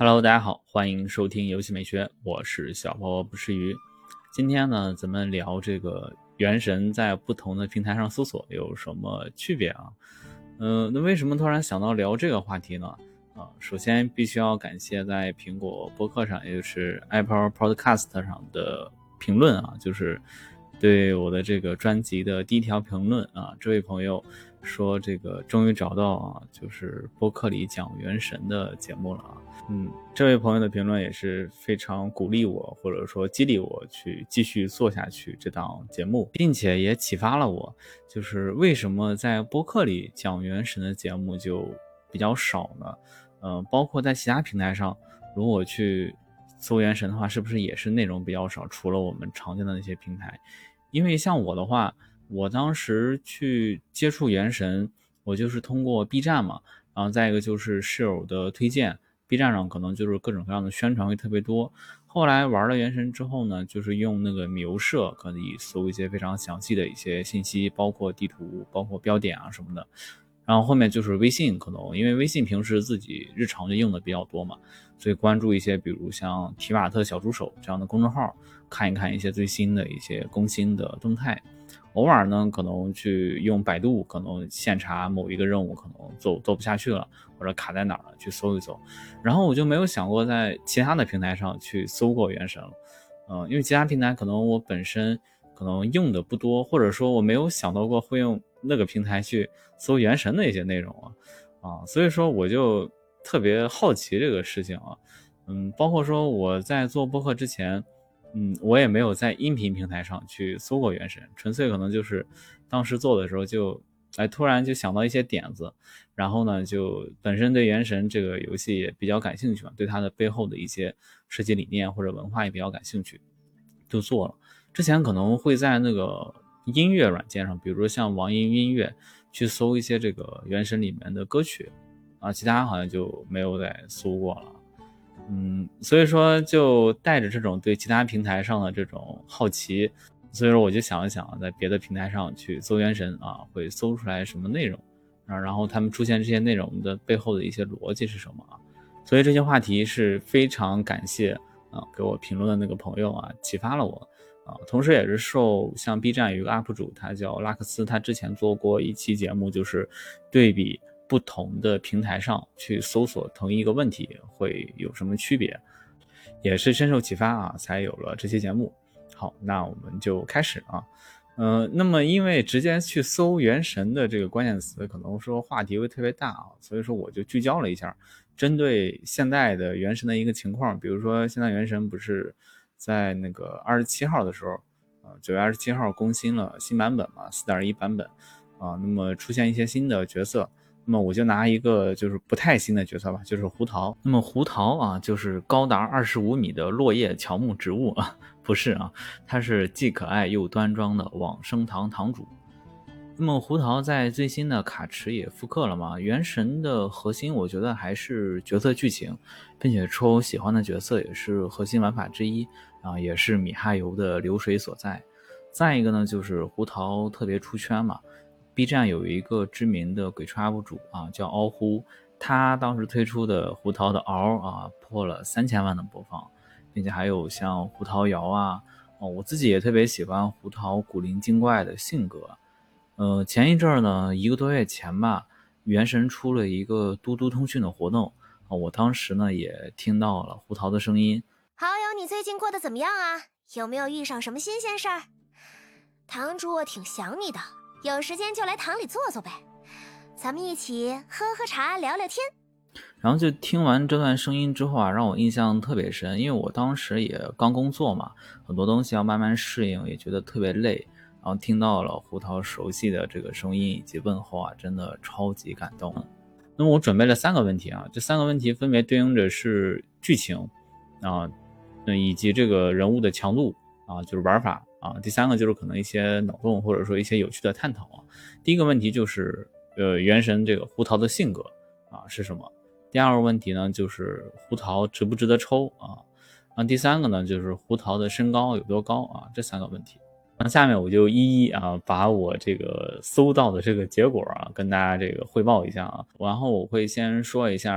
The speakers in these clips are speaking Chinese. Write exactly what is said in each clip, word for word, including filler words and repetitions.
Hello，大家好，欢迎收听游戏美学，我是小波不吃鱼。今天呢，咱们聊这个原神在不同的平台上搜索有什么区别啊？嗯、呃，那为什么突然想到聊这个话题呢？啊，首先必须要感谢在苹果播客上，也就是 Apple Podcast 上的评论啊，就是对我的这个专辑的第一条评论啊，这位朋友说这个终于找到啊，就是播客里讲原神的节目了啊。嗯，这位朋友的评论也是非常鼓励我，或者说激励我去继续做下去这档节目，并且也启发了我，就是为什么在播客里讲原神的节目就比较少呢？呃，包括在其他平台上，如果去搜原神的话，是不是也是内容比较少？除了我们常见的那些平台，因为像我的话，我当时去接触原神，我就是通过 B 站嘛，然后再一个就是室友的推荐。B 站上可能就是各种各样的宣传会特别多，后来玩了原神之后呢，就是用那个米游社可以搜一些非常详细的一些信息，包括地图，包括标点啊什么的。然后后面就是微信，可能因为微信平时自己日常就用的比较多嘛，所以关注一些比如像提瓦特小助手这样的公众号，看一看一些最新的一些更新的动态。偶尔呢，可能去用百度，可能现查某一个任务，可能做做不下去了，或者卡在哪儿了，去搜一搜。然后我就没有想过在其他的平台上去搜过原神了，呃，因为其他平台可能我本身可能用的不多，或者说我没有想到过会用那个平台去搜原神的一些内容啊，啊，所以说我就特别好奇这个事情啊，嗯，包括说我在做播客之前。嗯，我也没有在音频平台上去搜过原神，纯粹可能就是当时做的时候就，哎，突然就想到一些点子，然后呢，就本身对原神这个游戏也比较感兴趣嘛，对它的背后的一些设计理念或者文化也比较感兴趣，就做了。之前可能会在那个音乐软件上，比如说像网易云音乐，去搜一些这个原神里面的歌曲，啊，其他好像就没有再搜过了。嗯，所以说就带着这种对其他平台上的这种好奇，所以说我就想一想，在别的平台上去搜原神啊，会搜出来什么内容啊，然后他们出现这些内容的背后的一些逻辑是什么啊？所以这些话题是非常感谢啊给我评论的那个朋友啊，启发了我啊，同时也是受像 B 站有一个 U P 主，他叫拉克斯，他之前做过一期节目，就是对比不同的平台上去搜索同一个问题会有什么区别，也是深受启发啊，才有了这期节目。好，那我们就开始啊。呃，那么因为直接去搜原神的这个关键词，可能说话题会特别大啊，所以说我就聚焦了一下，针对现在的原神的一个情况，比如说现在原神不是在那个二十七号的时候，呃，九月二十七号更新了新版本嘛， 四点一 版本啊，那么出现一些新的角色。那么我就拿一个就是不太新的角色吧，就是胡桃。那么胡桃啊，就是高达二十五米的落叶乔木植物啊，不是啊，它是既可爱又端庄的往生堂堂主。那么胡桃在最新的卡池也复刻了嘛？原神的核心我觉得还是角色剧情，并且抽喜欢的角色也是核心玩法之一啊，也是米哈游的流水所在。再一个呢，就是胡桃特别出圈嘛。B 站有一个知名的鬼畜 U P 主啊，叫凹呼，他当时推出的胡桃的嗷啊，破了三千万的播放，并且还有像胡桃谣啊，哦，我自己也特别喜欢胡桃古灵精怪的性格。呃，前一阵儿呢，一个多月前吧，原神出了一个嘟嘟通讯的活动啊，我当时呢也听到了胡桃的声音。 好友，你最近过得怎么样啊？有没有遇上什么新鲜事儿？堂主我挺想你的。有时间就来堂里坐坐呗，咱们一起喝喝茶聊聊天。 然后就听完这段声音之后啊，让我印象特别深，因为我当时也刚工作嘛，很多东西要慢慢适应，也觉得特别累。然后听到了胡桃熟悉的这个声音以及问候啊，真的超级感动。那么我准备了三个问题啊，这三个问题分别对应着是剧情啊，以及这个人物的强度啊，就是玩法啊。第三个就是可能一些脑洞或者说一些有趣的探讨啊。第一个问题就是呃原神这个胡桃的性格啊是什么？第二个问题呢就是胡桃值不值得抽啊？啊，第三个呢就是胡桃的身高有多高啊？这三个问题。那下面我就一一啊把我这个搜到的这个结果啊跟大家这个汇报一下啊，然后我会先说一下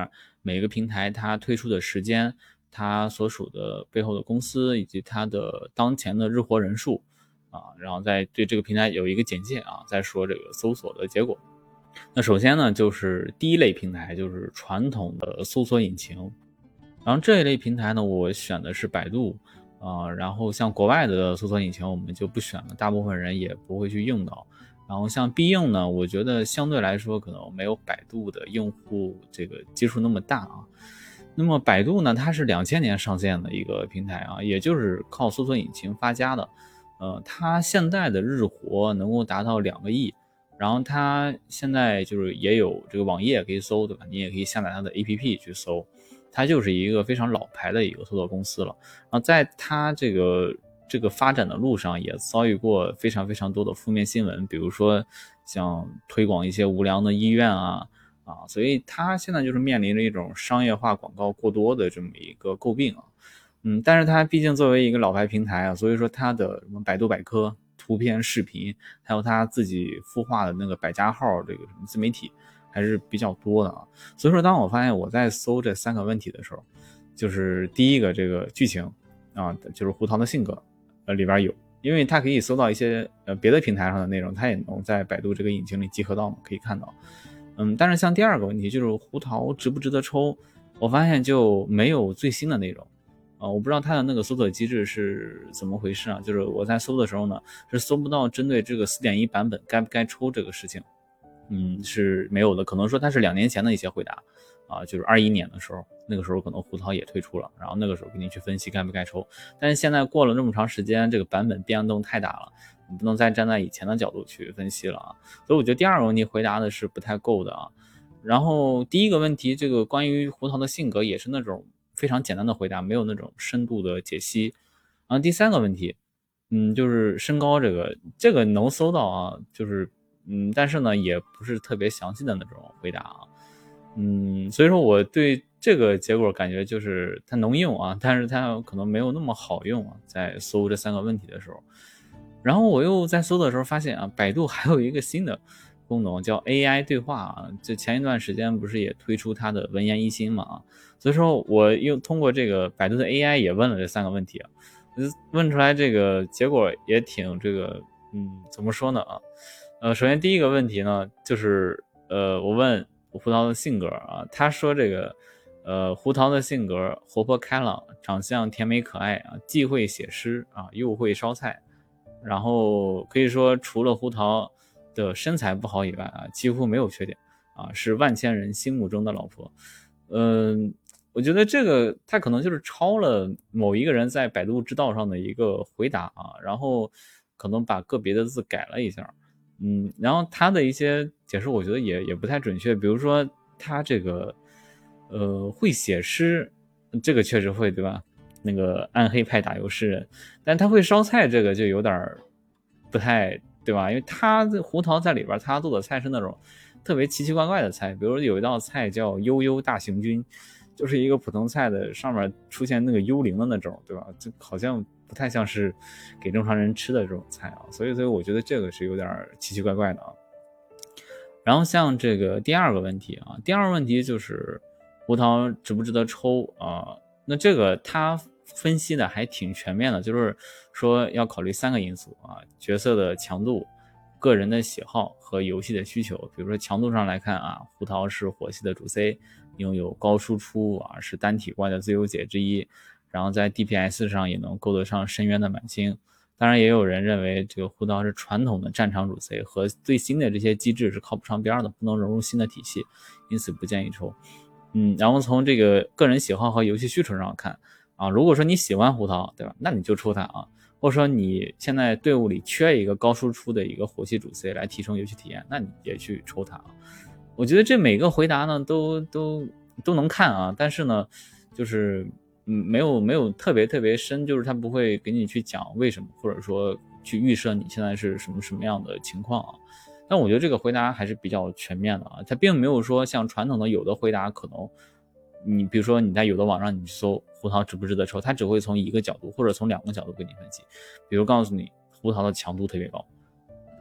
每个平台它推出的时间，它所属的背后的公司以及它的当前的日活人数啊，然后再对这个平台有一个简介啊，再说这个搜索的结果。那首先呢，就是第一类平台，就是传统的搜索引擎。然后这一类平台呢，我选的是百度啊、呃，然后像国外的搜索引擎我们就不选了，大部分人也不会去用到。然后像必应呢，我觉得相对来说可能没有百度的用户这个基数那么大啊。那么百度呢，它是两千年上线的一个平台啊，也就是靠搜索引擎发家的。呃，它现在的日活能够达到两个亿。然后它现在就是也有这个网页可以搜，对吧？你也可以下载它的 A P P 去搜，它就是一个非常老牌的一个搜索公司了。然后在它这个这个发展的路上，也遭遇过非常非常多的负面新闻，比如说像推广一些无良的医院啊啊，所以它现在就是面临着一种商业化广告过多的这么一个诟病啊。嗯，但是它毕竟作为一个老牌平台啊，所以说它的什么百度百科、图片、视频，还有他自己孵化的那个百家号这个什么自媒体还是比较多的啊。所以说当我发现我在搜这三个问题的时候，就是第一个这个剧情啊，就是胡桃的性格呃里边有，因为它可以搜到一些呃别的平台上的内容，它也能在百度这个引擎里集合到，可以看到。嗯，但是像第二个问题就是胡桃值不值得抽，我发现就没有最新的内容。啊，我不知道它的那个搜索机制是怎么回事啊？就是我在搜的时候呢，是搜不到针对这个 四点一 版本该不该抽这个事情，嗯，是没有的。可能说它是两年前的一些回答啊，就是二一年的时候，那个时候可能胡桃也推出了，然后那个时候给你去分析该不该抽。但是现在过了这么长时间，这个版本变动太大了，你不能再站在以前的角度去分析了啊。所以我觉得第二个问题回答的是不太够的啊。然后第一个问题，这个关于胡桃的性格也是那种非常简单的回答，没有那种深度的解析。然后第三个问题，嗯，就是身高这个，这个能搜到啊，就是嗯，但是呢，也不是特别详细的那种回答啊，嗯，所以说我对这个结果感觉就是它能用啊，但是它可能没有那么好用啊，在搜这三个问题的时候。然后我又在搜的时候发现啊，百度还有一个新的功能叫 A I 对话啊，就前一段时间不是也推出它的文言一心嘛，所以说我又通过这个百度的 A I 也问了这三个问题啊，问出来这个结果也挺这个，嗯，怎么说呢啊？呃，首先第一个问题呢，就是呃，我问胡桃的性格啊，他说这个呃，胡桃的性格活泼开朗，长相甜美可爱啊，既会写诗啊，又会烧菜，然后可以说除了胡桃的身材不好以外啊，几乎没有缺点啊，是万千人心目中的老婆。嗯、呃，我觉得这个他可能就是抄了某一个人在百度知道上的一个回答啊，然后可能把个别的字改了一下。嗯，然后他的一些解释我觉得也也不太准确，比如说他这个呃会写诗，这个确实会对吧？那个暗黑派打油诗人，但他会烧菜这个就有点不太对吧？因为他胡桃在里边，他做的菜是那种特别奇奇怪怪的菜，比如有一道菜叫悠悠大行军，就是一个普通菜的上面出现那个幽灵的那种，对吧？这好像不太像是给正常人吃的这种菜啊，所以所以我觉得这个是有点奇奇怪怪的啊。然后像这个第二个问题啊，第二个问题就是胡桃值不值得抽啊？那这个他分析的还挺全面的，就是说要考虑三个因素啊，角色的强度、个人的喜好和游戏的需求。比如说强度上来看啊，胡桃是火系的主 C， 拥有高输出啊，是单体怪的自由解之一，然后在 D P S 上也能够得上深渊的满星。当然也有人认为这个胡桃是传统的战场主 C， 和最新的这些机制是靠不上边的，不能融入新的体系，因此不建议抽。嗯，然后从这个个人喜好和游戏需求上看啊，如果说你喜欢胡桃，对吧？那你就抽它啊，或者说你现在队伍里缺一个高输出的一个火系主 C 来提升游戏体验，那你也去抽它啊。我觉得这每个回答呢都都都能看啊，但是呢，就是嗯没有没有特别特别深，就是他不会给你去讲为什么，或者说去预设你现在是什么什么样的情况啊。但我觉得这个回答还是比较全面的啊，它并没有说像传统的有的回答可能你比如说你在有的网上你搜胡桃值不值得抽，它只会从一个角度或者从两个角度给你分析，比如告诉你胡桃的强度特别高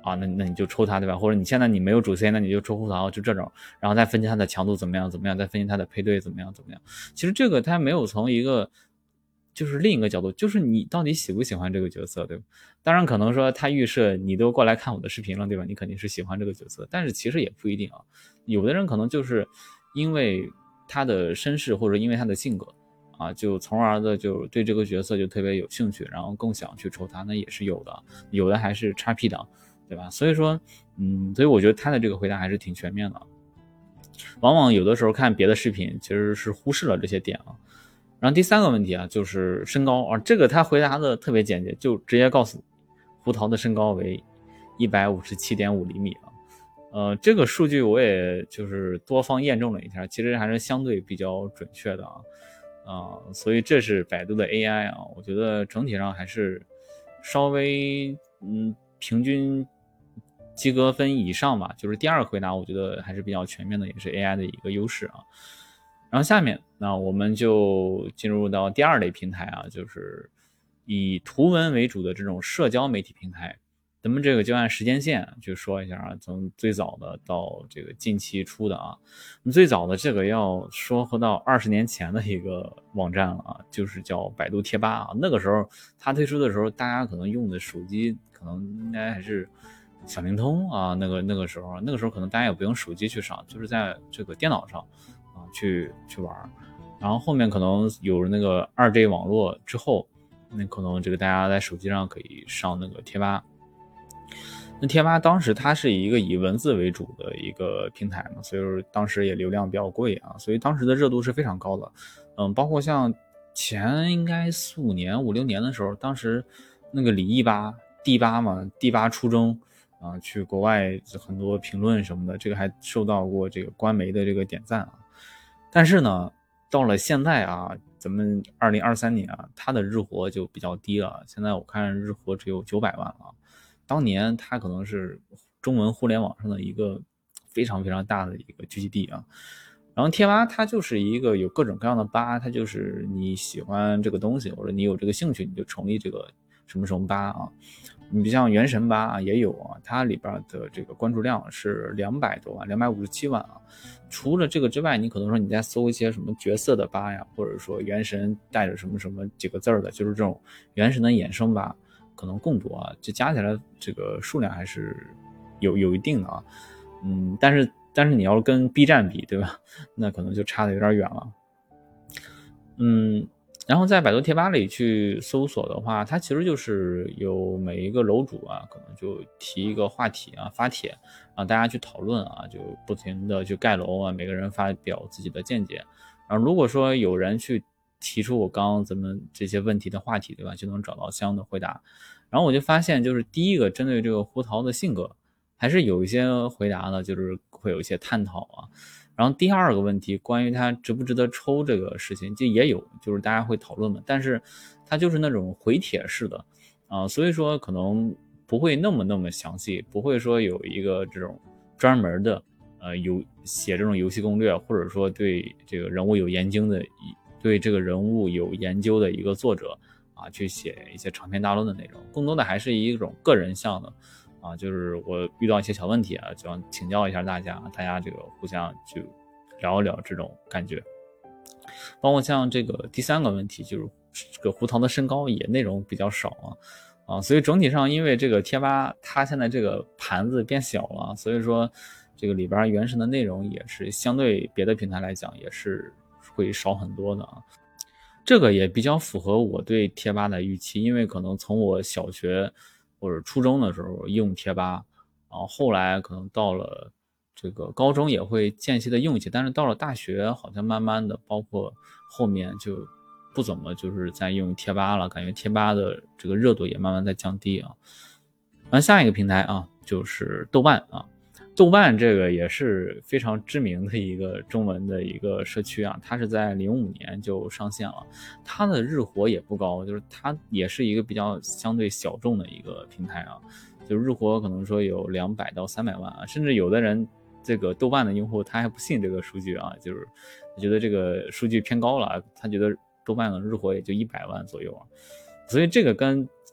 啊，那那你就抽它，对吧？或者你现在你没有主 C， 那你就抽胡桃，就这种，然后再分析它的强度怎么样怎么样，再分析它的配对怎么样怎么样。其实这个它没有从一个就是另一个角度，就是你到底喜不喜欢这个角色，对吧？当然可能说他预设你都过来看我的视频了，对吧？你肯定是喜欢这个角色，但是其实也不一定啊。有的人可能就是因为他的身世或者因为他的性格啊，就从而的就对这个角色就特别有兴趣，然后更想去抽他，那也是有的。有的还是 X P 党，对吧？所以说，嗯，所以我觉得他的这个回答还是挺全面的。往往有的时候看别的视频，其实是忽视了这些点啊。然后第三个问题啊，就是身高啊，这个他回答的特别简洁，就直接告诉胡桃的身高为 一百五十七点五 厘米啊。呃，这个数据我也就是多方验证了一下，其实还是相对比较准确的啊。啊、呃，所以这是百度的 A I 啊，我觉得整体上还是稍微嗯平均及格分以上吧，就是第二个回答我觉得还是比较全面的，也是 A I 的一个优势啊。然后下面那我们就进入到第二类平台啊，就是以图文为主的这种社交媒体平台。咱们这个就按时间线去说一下啊，从最早的到这个近期出的啊。最早的这个要说回到二十年前的一个网站了啊，就是叫百度贴吧啊。那个时候它推出的时候，大家可能用的手机可能应该还是小灵通啊，那个那个时候，那个时候可能大家也不用手机去上，就是在这个电脑上啊去去玩。然后后面可能有那个 二 G 网络之后，那可能这个大家在手机上可以上那个贴吧。那贴吧当时它是一个以文字为主的一个平台嘛，所以说当时也流量比较贵啊，所以当时的热度是非常高的。嗯，包括像前应该四五年五六年的时候，当时那个李毅吧第八嘛第八初中啊，去国外很多评论什么的，这个还受到过这个官媒的这个点赞啊。但是呢，到了现在啊，咱们二零二三年啊，它的日活就比较低了，现在我看日活只有九百万了。当年它可能是中文互联网上的一个非常非常大的一个聚集地啊。然后贴吧它就是一个有各种各样的吧，它就是你喜欢这个东西或者你有这个兴趣，你就成立这个什么什么吧啊。你比像原神吧啊也有啊，它里边的这个关注量是两百多万，两百五十七万啊。除了这个之外，你可能说你在搜一些什么角色的吧呀，或者说原神带着什么什么几个字的，就是这种原神的衍生吧。可能更多啊，这加起来这个数量还是有有一定的啊，嗯，但是但是你要跟 B 站比，对吧？那可能就差的有点远了，嗯，然后在百度贴吧里去搜索的话，它其实就是有每一个楼主啊，可能就提一个话题啊，发帖让大家去讨论啊，就不停的去盖楼啊，每个人发表自己的见解，然后如果说有人去提出我刚刚咱们这些问题的话题，对吧？就能找到相应的回答。然后我就发现，就是第一个针对这个胡桃的性格，还是有一些回答的，就是会有一些探讨啊。然后第二个问题，关于他值不值得抽这个事情，就也有，就是大家会讨论的，但是他就是那种回帖式的啊、呃，所以说可能不会那么那么详细，不会说有一个这种专门的呃有写这种游戏攻略，或者说对这个人物有研究的。对这个人物有研究的一个作者啊，去写一些长篇大论的内容，更多的还是一种个人向的啊，就是我遇到一些小问题啊，就想请教一下大家，大家这个互相去聊一聊这种感觉。包括像这个第三个问题，就是这个胡桃的身高也内容比较少啊啊，所以整体上因为这个贴吧它现在这个盘子变小了，所以说这个里边原始的内容也是相对别的平台来讲也是会少很多的啊，这个也比较符合我对贴吧的预期，因为可能从我小学或者初中的时候用贴吧，然后后来可能到了这个高中也会间歇的用一些，但是到了大学好像慢慢的，包括后面就不怎么就是在用贴吧了，感觉贴吧的这个热度也慢慢在降低啊。然后下一个平台啊，就是豆瓣啊。豆瓣这个也是非常知名的一个中文的一个社区啊，它是在零五年就上线了，它的日活也不高，就是它也是一个比较相对小众的一个平台啊，就日活可能说有两百到三百万啊，甚至有的人这个豆瓣的用户他还不信这个数据啊，就是觉得这个数据偏高了，他觉得豆瓣的日活也就一百万左右啊，所以这个跟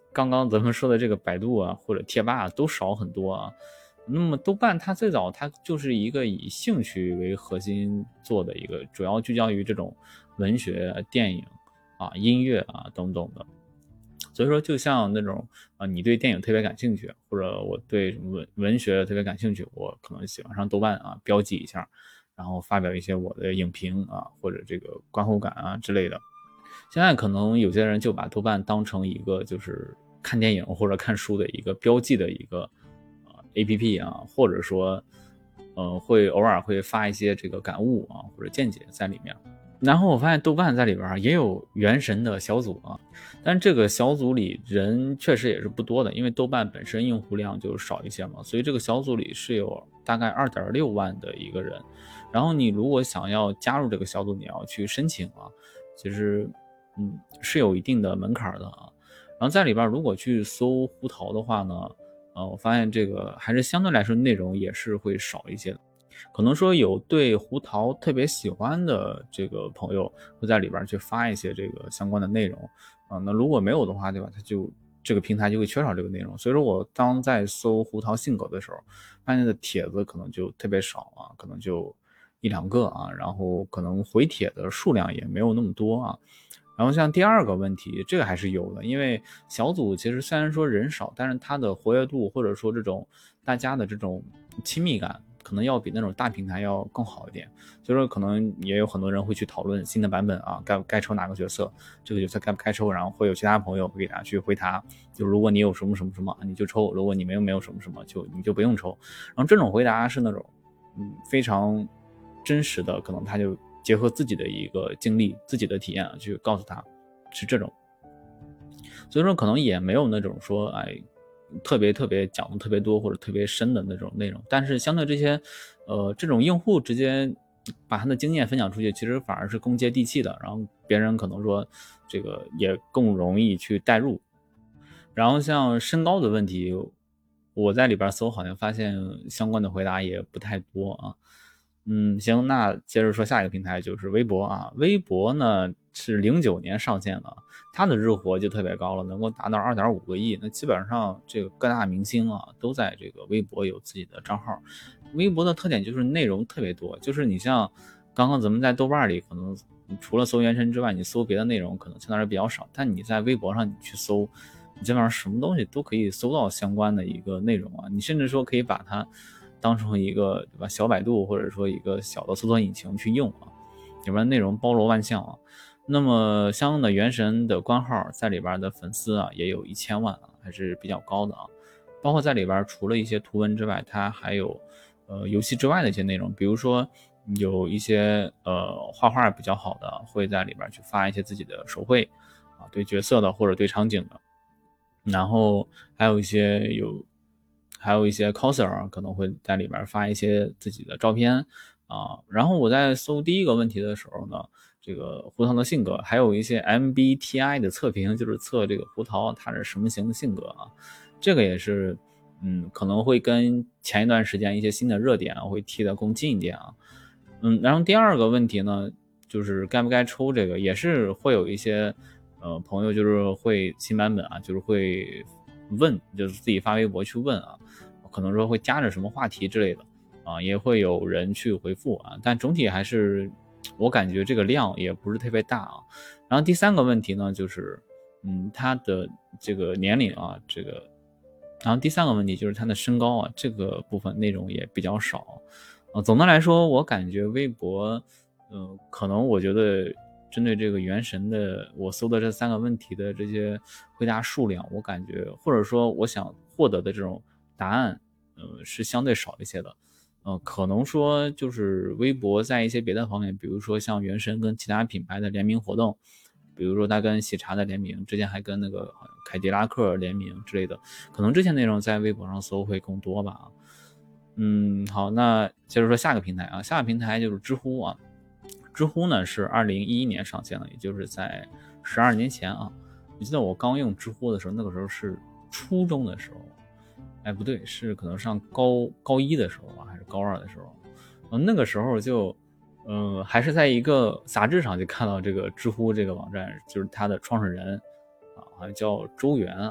刚刚咱们说的这个百度啊或者贴吧啊都少很多啊。那么豆瓣它最早它就是一个以兴趣为核心做的一个，主要聚焦于这种文学、电影啊、音乐啊等等的。所以说就像那种啊，你对电影特别感兴趣，或者我对文文学特别感兴趣，我可能喜欢上豆瓣啊，标记一下，然后发表一些我的影评啊或者这个观后感啊之类的。现在可能有些人就把豆瓣当成一个就是看电影或者看书的一个标记的一个呃 A P P 啊，或者说呃会偶尔会发一些这个感悟啊或者见解在里面。然后我发现豆瓣在里边也有原神的小组啊，但这个小组里人确实也是不多的，因为豆瓣本身用户量就少一些嘛，所以这个小组里是有大概 二点六万的一个人。然后你如果想要加入这个小组，你要去申请啊，其实嗯是有一定的门槛的啊。然后在里边如果去搜胡桃的话呢，呃，我发现这个还是相对来说内容也是会少一些的。可能说有对胡桃特别喜欢的这个朋友会在里边去发一些这个相关的内容啊，那如果没有的话，对吧？他就这个平台就会缺少这个内容。所以说我当在搜胡桃性格的时候，发现的帖子可能就特别少啊，可能就一两个啊，然后可能回帖的数量也没有那么多啊。然后像第二个问题，这个还是有的，因为小组其实虽然说人少，但是它的活跃度或者说这种大家的这种亲密感可能要比那种大平台要更好一点。所以说可能也有很多人会去讨论新的版本啊，该该抽哪个角色，这个角色该不该抽，然后会有其他朋友会给大家去回答，就如果你有什么什么什么你就抽，如果你没有没有什么什么就你就不用抽。然后这种回答是那种嗯非常真实的，可能他就结合自己的一个经历自己的体验去告诉他是这种。所以说可能也没有那种说哎特别特别讲的特别多或者特别深的那种内容，但是相对这些呃这种用户直接把他的经验分享出去，其实反而是更接地气的，然后别人可能说这个也更容易去带入。然后像身高的问题，我在里边搜好像发现相关的回答也不太多啊。嗯，行，那接着说下一个平台就是微博啊。微博呢是零九年上线的，它的日活就特别高了，能够达到 二点五个亿。那基本上这个各大明星啊都在这个微博有自己的账号。微博的特点就是内容特别多，就是你像刚刚咱们在豆瓣里可能除了搜原神之外，你搜别的内容可能相对来说比较少，但你在微博上你去搜，你基本上什么东西都可以搜到相关的一个内容啊。你甚至说可以把它当成一个对吧小百度或者说一个小的搜索引擎去用啊，里边内容包罗万象啊。那么相应的原神的官号在里边的粉丝啊也有一千万啊，还是比较高的啊。包括在里边除了一些图文之外，它还有呃游戏之外的一些内容，比如说有一些呃画画比较好的会在里边去发一些自己的手绘啊，对角色的或者对场景的。然后还有一些有还有一些 coser 可能会在里边发一些自己的照片啊。然后我在搜第一个问题的时候呢，这个胡桃的性格还有一些 M B T I 的测评，就是测这个胡桃他是什么型的性格啊。这个也是嗯可能会跟前一段时间一些新的热点啊会踢得更近一点啊。嗯，然后第二个问题呢，就是该不该抽，这个也是会有一些呃朋友就是会新版本啊，就是会问，就是自己发微博去问啊，可能说会加着什么话题之类的啊，也会有人去回复啊，但总体还是我感觉这个量也不是特别大啊。然后第三个问题呢，就是嗯他的这个年龄啊，这个，然后第三个问题就是他的身高啊，这个部分内容也比较少。呃，总的来说，我感觉微博，呃，可能我觉得针对这个原神的我搜的这三个问题的这些回答数量，我感觉或者说我想获得的这种答案，呃，是相对少一些的。呃，可能说就是微博在一些别的方面，比如说像原神跟其他品牌的联名活动，比如说它跟喜茶的联名，之前还跟那个凯迪拉克联名之类的，可能这些内容在微博上搜会更多吧。嗯，好，那接着说下个平台啊，下个平台就是知乎啊。知乎呢是二零一一年上线的，也就是在十二年前啊。我记得我刚用知乎的时候，那个时候是初中的时候，哎不对，是可能上高高一的时候吧，还是高二的时候。呃、那个时候就，呃，还是在一个杂志上就看到这个知乎这个网站，就是它的创始人啊，好像叫周元啊，然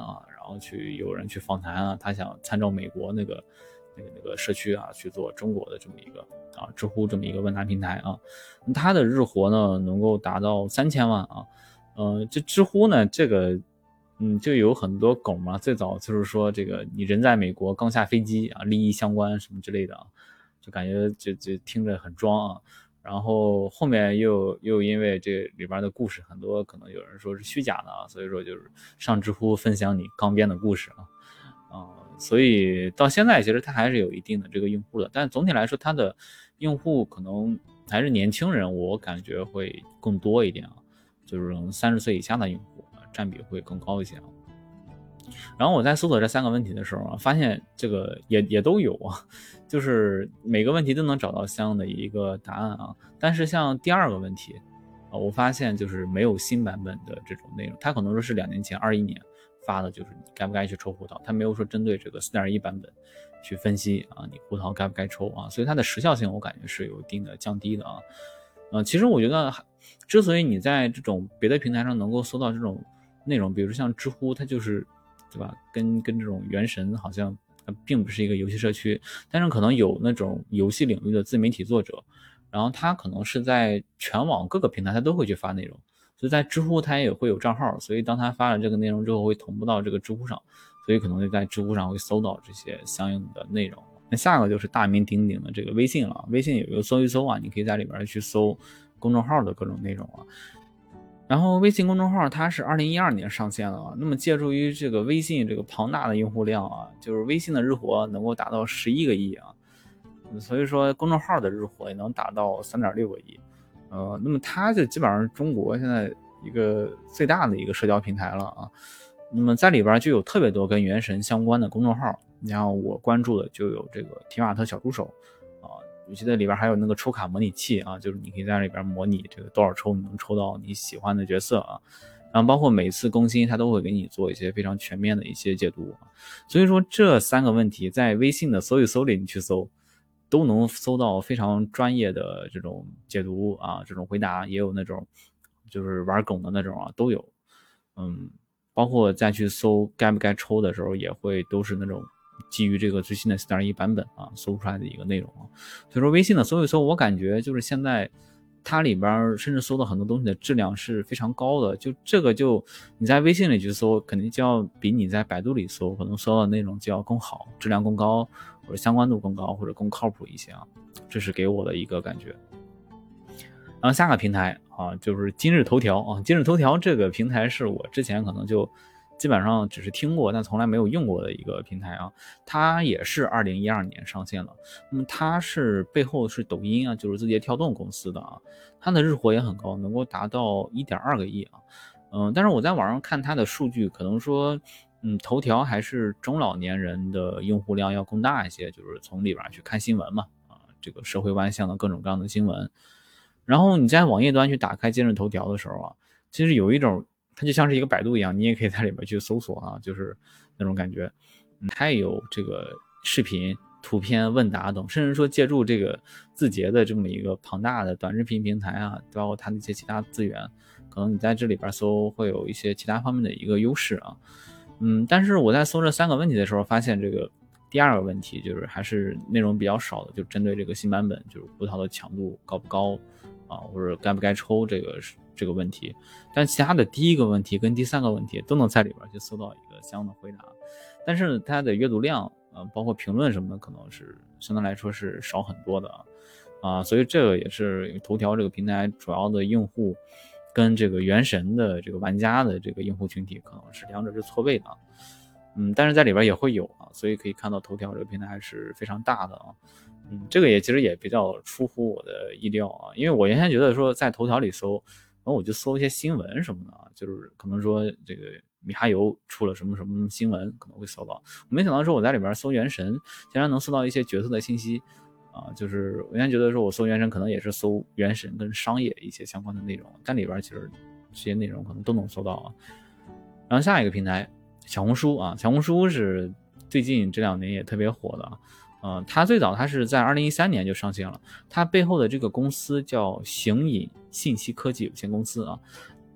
后去有人去访谈啊，他想参照美国那个那个那个社区啊去做中国的这么一个啊知乎这么一个问答平台啊，他的日活呢能够达到三千万啊，呃，这知乎呢这个嗯就有很多梗嘛，最早就是说这个你人在美国刚下飞机啊，利益相关什么之类的啊，就感觉就就听着很装啊。然后后面又又因为这里边的故事很多可能有人说是虚假的啊，所以说就是上知乎分享你刚编的故事啊，啊、呃，所以到现在其实它还是有一定的这个用户的，但总体来说它的用户可能还是年轻人，我感觉会更多一点啊，就是三十岁以下的用户占比会更高一些啊。然后我在搜索这三个问题的时候啊，发现这个也也都有啊，就是每个问题都能找到相应的一个答案啊。但是像第二个问题啊，我发现就是没有新版本的这种内容，它可能说是两年前二一年发的，就是你该不该去抽胡桃，它没有说针对这个 四点一 版本去分析啊，你胡桃该不该抽啊，所以它的时效性我感觉是有一定的降低的啊。呃，其实我觉得之所以你在这种别的平台上能够搜到这种内容，比如像知乎，它就是对吧？跟跟这种原神好像并不是一个游戏社区，但是可能有那种游戏领域的自媒体作者，然后他可能是在全网各个平台他都会去发内容，所以在知乎他也会有账号，所以当他发了这个内容之后会同步到这个知乎上，所以可能就在知乎上会搜到这些相应的内容。那下个就是大名鼎鼎的这个微信了，微信有一个搜一搜啊，你可以在里边去搜公众号的各种内容啊。然后微信公众号它是二零一二年上线了，那么借助于这个微信这个庞大的用户量啊，就是微信的日活能够达到十一个亿啊，所以说公众号的日活也能达到三点六个亿，呃，那么它就基本上是中国现在一个最大的一个社交平台了啊。那么在里边就有特别多跟原神相关的公众号，你像我关注的就有这个提瓦特小助手啊，我记得里边还有那个抽卡模拟器啊，就是你可以在里边模拟这个多少抽你能抽到你喜欢的角色啊，然后包括每次更新它都会给你做一些非常全面的一些解读啊，所以说这三个问题在微信的搜一搜里你去搜都能搜到非常专业的这种解读啊，这种回答，也有那种就是玩梗的那种啊，都有。嗯，包括再去搜该不该抽的时候，也会都是那种基于这个最新的 四点一 版本啊搜出来的一个内容啊。所以说微信的搜一搜，我感觉就是现在它里边甚至搜到很多东西的质量是非常高的，就这个就你在微信里去搜，肯定就要比你在百度里搜可能搜到的内容就要更好，质量更高，或者相关度更高，或者更靠谱一些啊，这是给我的一个感觉。然后下个平台啊，就是今日头条啊。今日头条这个平台是我之前可能就基本上只是听过，但从来没有用过的一个平台啊。它也是二零一二年上线了。那么它是背后是抖音啊，就是字节跳动公司的啊。它的日活也很高，能够达到 一点二个亿啊。嗯，但是我在网上看它的数据，可能说，嗯，头条还是中老年人的用户量要更大一些，就是从里边去看新闻嘛，啊，这个社会万象的各种各样的新闻。然后你在网页端去打开今日头条的时候啊，其实有一种它就像是一个百度一样，你也可以在里边去搜索啊，就是那种感觉。嗯，它也有这个视频、图片、问答等，甚至说借助这个字节的这么一个庞大的短视频平台啊，包括它的一些其他资源，可能你在这里边搜会有一些其他方面的一个优势啊。嗯，但是我在搜这三个问题的时候，发现这个第二个问题就是还是内容比较少的，就针对这个新版本，就是胡桃的强度高不高啊，或者该不该抽这个这个问题。但其他的第一个问题跟第三个问题都能在里边去搜到一个相应的回答，但是它的阅读量呃，包括评论什么的，可能是相对来说是少很多的啊，所以这个也是头条这个平台主要的用户跟这个原神的这个玩家的这个用户群体可能是两者是错位的。嗯，但是在里边也会有啊，所以可以看到头条这个平台还是非常大的啊。嗯，这个也其实也比较出乎我的意料啊，因为我原先觉得说在头条里搜，然后我就搜一些新闻什么的啊，就是可能说这个米哈游出了什么什么新闻可能会搜到，我没想到说我在里边搜原神竟然能搜到一些角色的信息啊，就是我原先觉得说我搜原神可能也是搜原神跟商业一些相关的内容，但里边其实这些内容可能都能搜到啊。然后下一个平台小红书啊，小红书是最近这两年也特别火的啊。呃，它最早它是在二零一三年就上线了，它背后的这个公司叫行隐信息科技有限公司啊。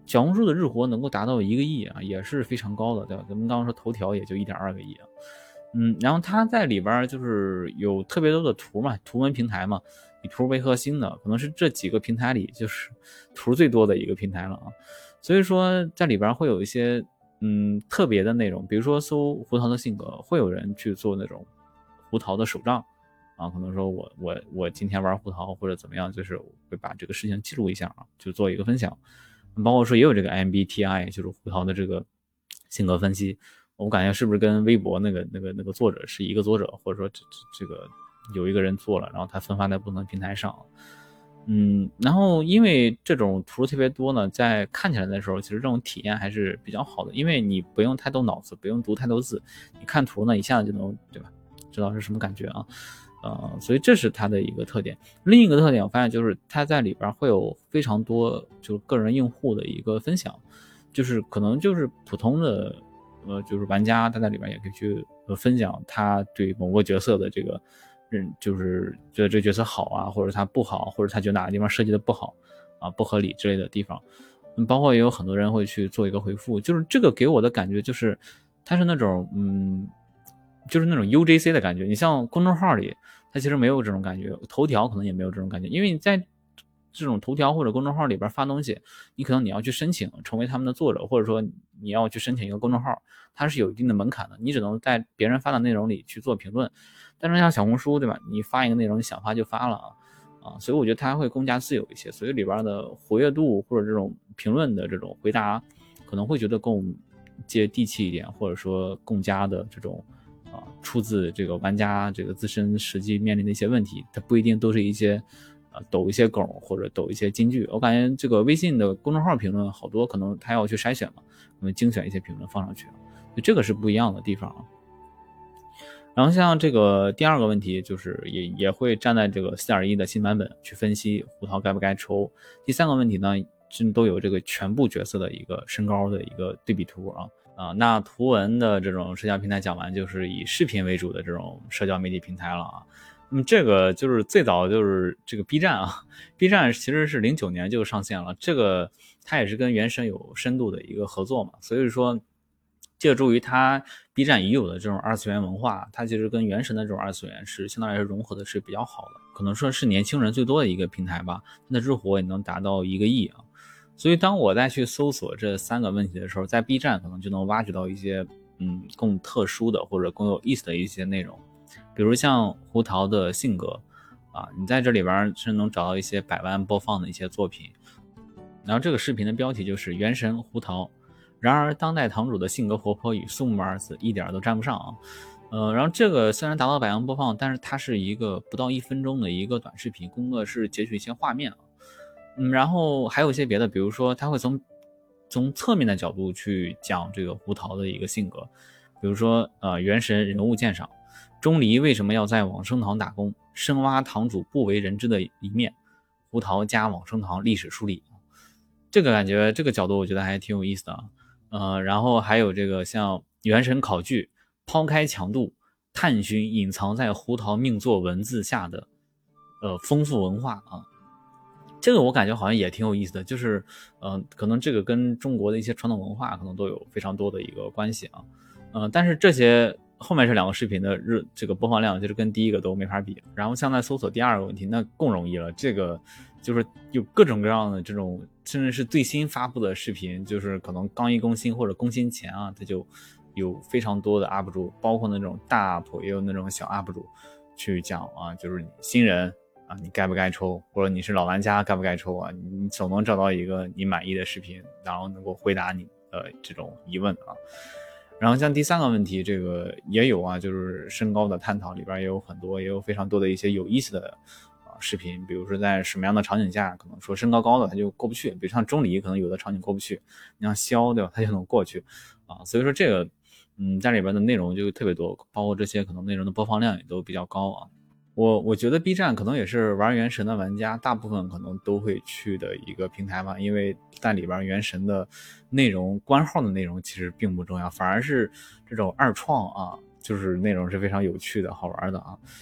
小红书的日活能够达到一个亿啊，也是非常高的，对吧？咱们刚刚说头条也就 一点二个亿啊。嗯，然后它在里边就是有特别多的图嘛，图文平台嘛，以图为核心的，可能是这几个平台里就是图最多的一个平台了啊。所以说在里边会有一些嗯特别的内容，比如说搜胡桃的性格，会有人去做那种胡桃的手账啊，可能说我我我今天玩胡桃或者怎么样，就是会把这个事情记录一下啊，就做一个分享。包括说也有这个 M B T I， 就是胡桃的这个性格分析。我感觉是不是跟微博那个那个那个作者是一个作者，或者说这这个有一个人做了，然后他分发在不同的平台上。嗯，然后因为这种图特别多呢，在看起来的时候，其实这种体验还是比较好的，因为你不用太动脑子，不用读太多字，你看图呢一下子就能，对吧？知道是什么感觉啊？呃，所以这是它的一个特点。另一个特点我发现就是它在里边会有非常多就个人用户的一个分享，就是可能就是普通的呃就是玩家他在里边也可以去分享他对某个角色的这个人，就是觉得这个角色好啊，或者他不好，或者他觉得哪个地方设计的不好啊，不合理之类的地方。嗯，包括也有很多人会去做一个回复，就是这个给我的感觉就是它是那种嗯就是那种 U J C 的感觉。你像公众号里它其实没有这种感觉，头条可能也没有这种感觉，因为你在这种头条或者公众号里边发东西，你可能你要去申请成为他们的作者，或者说你要去申请一个公众号，它是有一定的门槛的，你只能在别人发的内容里去做评论。但是像小红书，对吧？你发一个内容，你想发就发了啊，啊，所以我觉得它会更加自由一些，所以里边的活跃度或者这种评论的这种回答，可能会觉得更接地气一点，或者说更加的这种啊出自这个玩家这个自身实际面临的一些问题，它不一定都是一些呃抖一些梗或者抖一些金句。我感觉这个微信的公众号评论好多可能他要去筛选嘛，可能精选一些评论放上去，所以这个是不一样的地方啊。然后像这个第二个问题就是也也会站在这个 四点一 的新版本去分析胡桃该不该抽。第三个问题呢，真都有这个全部角色的一个身高的一个对比图啊啊，那图文的这种社交平台讲完，就是以视频为主的这种社交媒体平台了啊。那么这个就是最早就是这个 B 站啊 ，B 站其实是零九年就上线了，这个它也是跟原神有深度的一个合作嘛，所以说借助于它 B 站已有的这种二次元文化，它其实跟原神的这种二次元是相对来说融合的是比较好的，可能说是年轻人最多的一个平台吧，它的日活也能达到一个亿啊。所以当我再去搜索这三个问题的时候，在 B 站可能就能挖掘到一些嗯更特殊的或者更有意思的一些内容，比如像胡桃的性格啊，你在这里边是能找到一些百万播放的一些作品。然后这个视频的标题就是原神胡桃，然而当代堂主的性格活泼与苏木二字一点都沾不上啊。呃，然后这个虽然达到百万播放，但是它是一个不到一分钟的一个短视频，工作是截取一些画面啊。嗯，然后还有一些别的，比如说他会从从侧面的角度去讲这个胡桃的一个性格，比如说呃原神人物鉴赏，钟离为什么要在往生堂打工，深挖堂主不为人知的一面，胡桃加往生堂历史梳理。这个感觉这个角度我觉得还挺有意思的啊。呃，然后还有这个像原神考据，抛开强度，探寻隐藏在胡桃命座文字下的呃丰富文化啊。这个我感觉好像也挺有意思的，就是呃可能这个跟中国的一些传统文化可能都有非常多的一个关系啊。呃但是这些后面这两个视频的日这个播放量就是跟第一个都没法比。然后像在搜索第二个问题那更容易了，这个就是有各种各样的这种甚至是最新发布的视频，就是可能刚一更新或者更新前啊，它就有非常多的 U P 主，包括那种大 U P 也有那种小 U P 主去讲啊，就是新人啊，你该不该抽，或者你是老玩家该不该抽啊，你总能找到一个你满意的视频，然后能够回答你的这种疑问啊。然后像第三个问题，这个也有啊，就是身高的探讨，里边也有很多，也有非常多的一些有意思的视频，比如说在什么样的场景下可能说身高高的他就过不去，比如像钟离可能有的场景过不去，你像萧对吧他就能过去啊，所以说这个嗯在里边的内容就特别多，包括这些可能内容的播放量也都比较高啊。我我觉得 B 站可能也是玩原神的玩家大部分可能都会去的一个平台吧，因为在里边原神的内容官号的内容其实并不重要，反而是这种二创啊，就是内容是非常有趣的好玩的啊。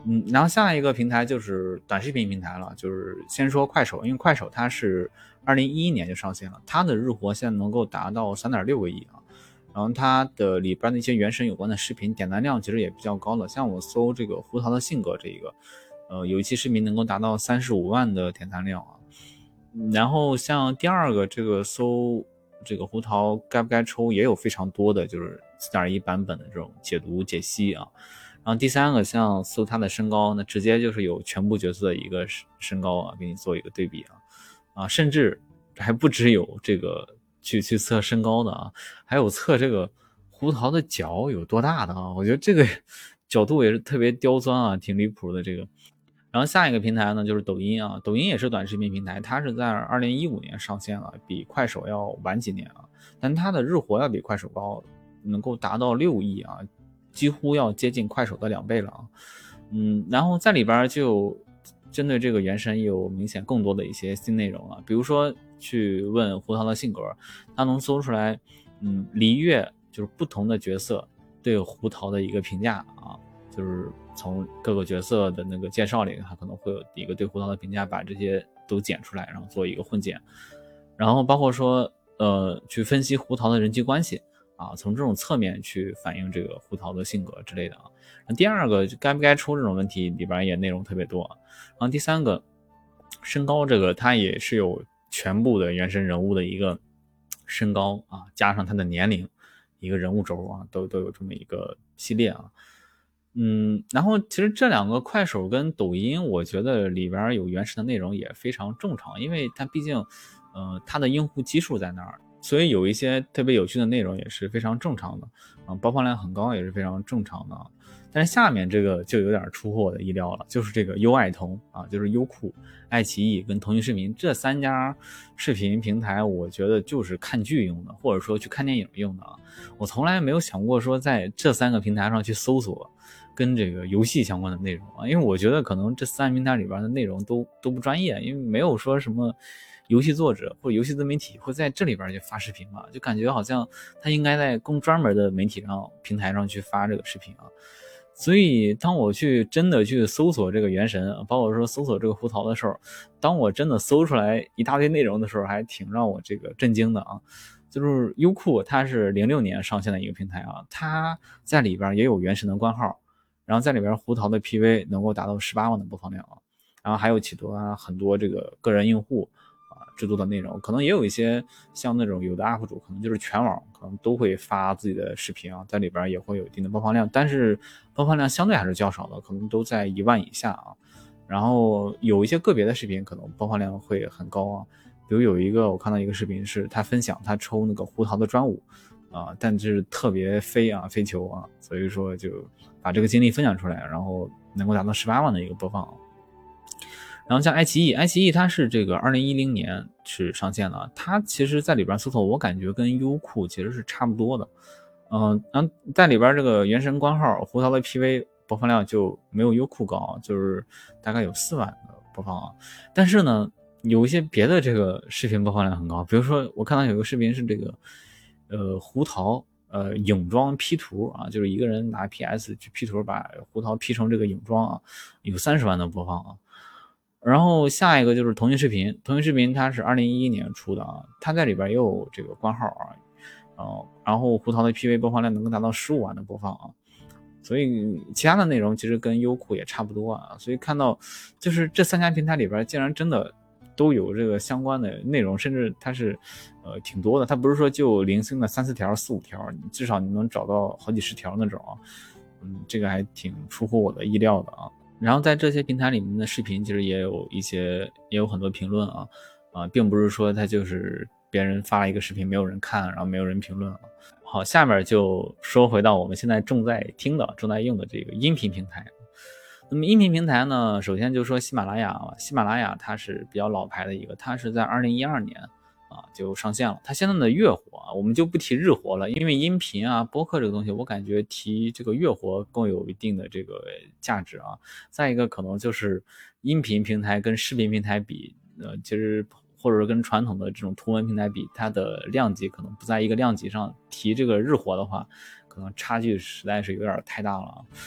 嗯，然后下一个平台就是短视频平台了，就是先说快手，因为快手它是二零一一年就上线了，它的日活现在能够达到 三点六个亿啊。然后它的里边的一些原神有关的视频点赞量其实也比较高的，像我搜这个胡桃的性格这一个，呃，有一期视频能够达到三十五万的点赞量啊。然后像第二个这个搜这个胡桃该不该抽也有非常多的就是 四点一 版本的这种解读解析啊。然后第三个像搜他的身高，那直接就是有全部角色的一个身高啊，给你做一个对比啊啊，甚至还不只有这个去去测身高的啊，还有测这个胡桃的脚有多大的啊，我觉得这个角度也是特别刁钻啊，挺离谱的这个。然后下一个平台呢就是抖音啊，抖音也是短视频平台，它是在二零一五年上线了，比快手要晚几年啊，但它的日活要比快手高，能够达到六亿啊。几乎要接近快手的两倍了啊，嗯，然后在里边就针对这个原神有明显更多的一些新内容啊，比如说去问胡桃的性格，他能搜出来，嗯，璃月就是不同的角色对胡桃的一个评价啊，就是从各个角色的那个介绍里，他可能会有一个对胡桃的评价，把这些都剪出来，然后做一个混剪，然后包括说呃去分析胡桃的人际关系。啊，从这种侧面去反映这个胡桃的性格之类的啊。第二个该不该抽这种问题里边也内容特别多啊。然后第三个身高这个它也是有全部的原神人物的一个身高啊，加上他的年龄一个人物轴啊，都都有这么一个系列啊。嗯，然后其实这两个快手跟抖音，我觉得里边有原神的内容也非常正常，因为它毕竟，呃，它的用户基数在那儿。所以有一些特别有趣的内容也是非常正常的啊，播放量很高也是非常正常的。但是下面这个就有点出乎我的意料了，就是这个优爱腾啊，就是优酷、爱奇艺跟腾讯视频这三家视频平台，我觉得就是看剧用的，或者说去看电影用的啊。我从来没有想过说在这三个平台上去搜索跟这个游戏相关的内容啊，因为我觉得可能这三个平台里边的内容都都不专业，因为没有说什么游戏作者或者游戏自媒体会在这里边去发视频嘛，就感觉好像他应该在更专门的媒体上平台上去发这个视频啊。所以当我去真的去搜索这个原神，包括说搜索这个胡桃的时候，当我真的搜出来一大堆内容的时候，还挺让我这个震惊的啊。就是优酷它是零六年上线的一个平台啊，它在里边也有原神的官号，然后在里边胡桃的 P V 能够达到十八万的播放量啊，然后还有企图啊很多这个个人用户制作的内容，可能也有一些像那种有的 U P 主可能就是全网可能都会发自己的视频啊，在里边也会有一定的播放量，但是播放量相对还是较少的，可能都在一万以下啊。然后有一些个别的视频可能播放量会很高啊，比如有一个我看到一个视频是他分享他抽那个胡桃的专武啊，但是特别飞啊飞球啊，所以说就把这个经历分享出来，然后能够达到十八万的一个播放啊。然后像爱奇艺，爱奇艺它是这个二零一零年是上线的，它其实在里边搜索，我感觉跟优酷其实是差不多的，嗯、呃，然后在里边这个原神官号胡桃的 P V 播放量就没有优酷高，就是大概有四万的播放啊，但是呢，有一些别的这个视频播放量很高，比如说我看到有个视频是这个，呃，胡桃呃影装 P 图啊，就是一个人拿 P S 去 P 图，把胡桃 P 成这个影装啊，有三十万的播放啊。然后下一个就是腾讯视频，腾讯视频它是二零一一年出的啊，它在里边也有这个官号啊，呃，然后胡桃的 P V 播放量能够达到十五万的播放啊，所以其他的内容其实跟优酷也差不多啊，所以看到就是这三家平台里边竟然真的都有这个相关的内容，甚至它是呃挺多的，它不是说就零星的三四条、四五条，至少你能找到好几十条那种啊，嗯，这个还挺出乎我的意料的啊。然后在这些平台里面的视频其实也有一些也有很多评论啊啊，并不是说它就是别人发了一个视频没有人看，然后没有人评论啊。好，下面就说回到我们现在正在听的正在用的这个音频平台。那么音频平台呢，首先就说喜马拉雅啊，喜马拉雅它是比较老牌的一个，它是在二零一二年啊就上线了，它现在的月活啊，我们就不提日活了，因为音频啊播客这个东西我感觉提这个月活更有一定的这个价值啊。再一个可能就是音频平台跟视频平台比呃其实或者跟传统的这种图文平台比，它的量级可能不在一个量级上，提这个日活的话可能差距实在是有点太大了啊。